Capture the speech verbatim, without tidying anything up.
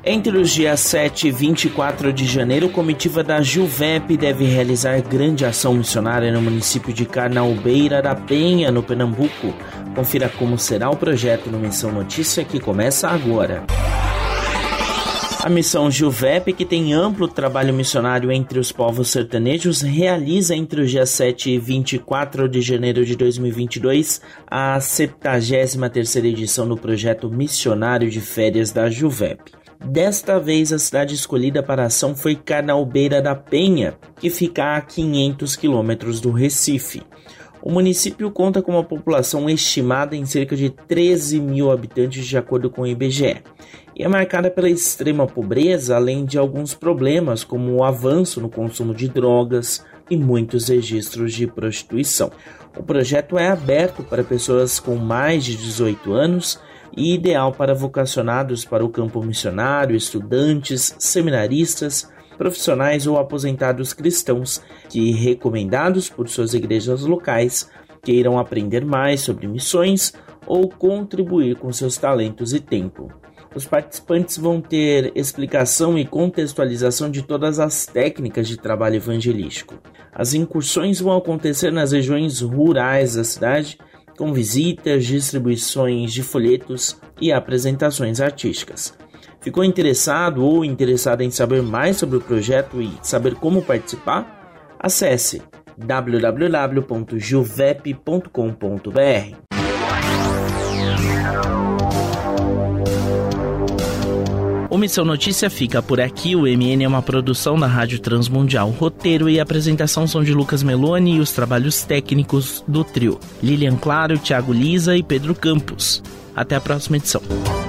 Entre os dias sete e vinte e quatro de janeiro, a comitiva da Juvep deve realizar grande ação missionária no município de Carnaubeira da Penha, no Pernambuco. Confira como será o projeto no Missão Notícia, que começa agora. A missão Juvep, que tem amplo trabalho missionário entre os povos sertanejos, realiza entre os dias sete e vinte e quatro de janeiro de dois mil e vinte e dois a septagésima terceira edição do projeto missionário de férias da Juvep. Desta vez, a cidade escolhida para a ação foi Carnaubeira da Penha, que fica a quinhentos quilômetros do Recife. O município conta com uma população estimada em cerca de treze mil habitantes, de acordo com o I B G E, e é marcada pela extrema pobreza, além de alguns problemas como o avanço no consumo de drogas e muitos registros de prostituição. O projeto é aberto para pessoas com mais de dezoito anos e ideal para vocacionados para o campo missionário, estudantes, seminaristas, profissionais ou aposentados cristãos que, recomendados por suas igrejas locais, queiram aprender mais sobre missões ou contribuir com seus talentos e tempo. Os participantes vão ter explicação e contextualização de todas as técnicas de trabalho evangelístico. As incursões vão acontecer nas regiões rurais da cidade, com visitas, distribuições de folhetos e apresentações artísticas. Ficou interessado ou interessada em saber mais sobre o projeto e saber como participar? Acesse w w w ponto juvep ponto com ponto b r. O Missão Notícia fica por aqui. O M N é uma produção da Rádio Transmundial. Roteiro e apresentação são de Lucas Meloni e os trabalhos técnicos do trio Lilian Claro, Thiago Lisa e Pedro Campos. Até a próxima edição.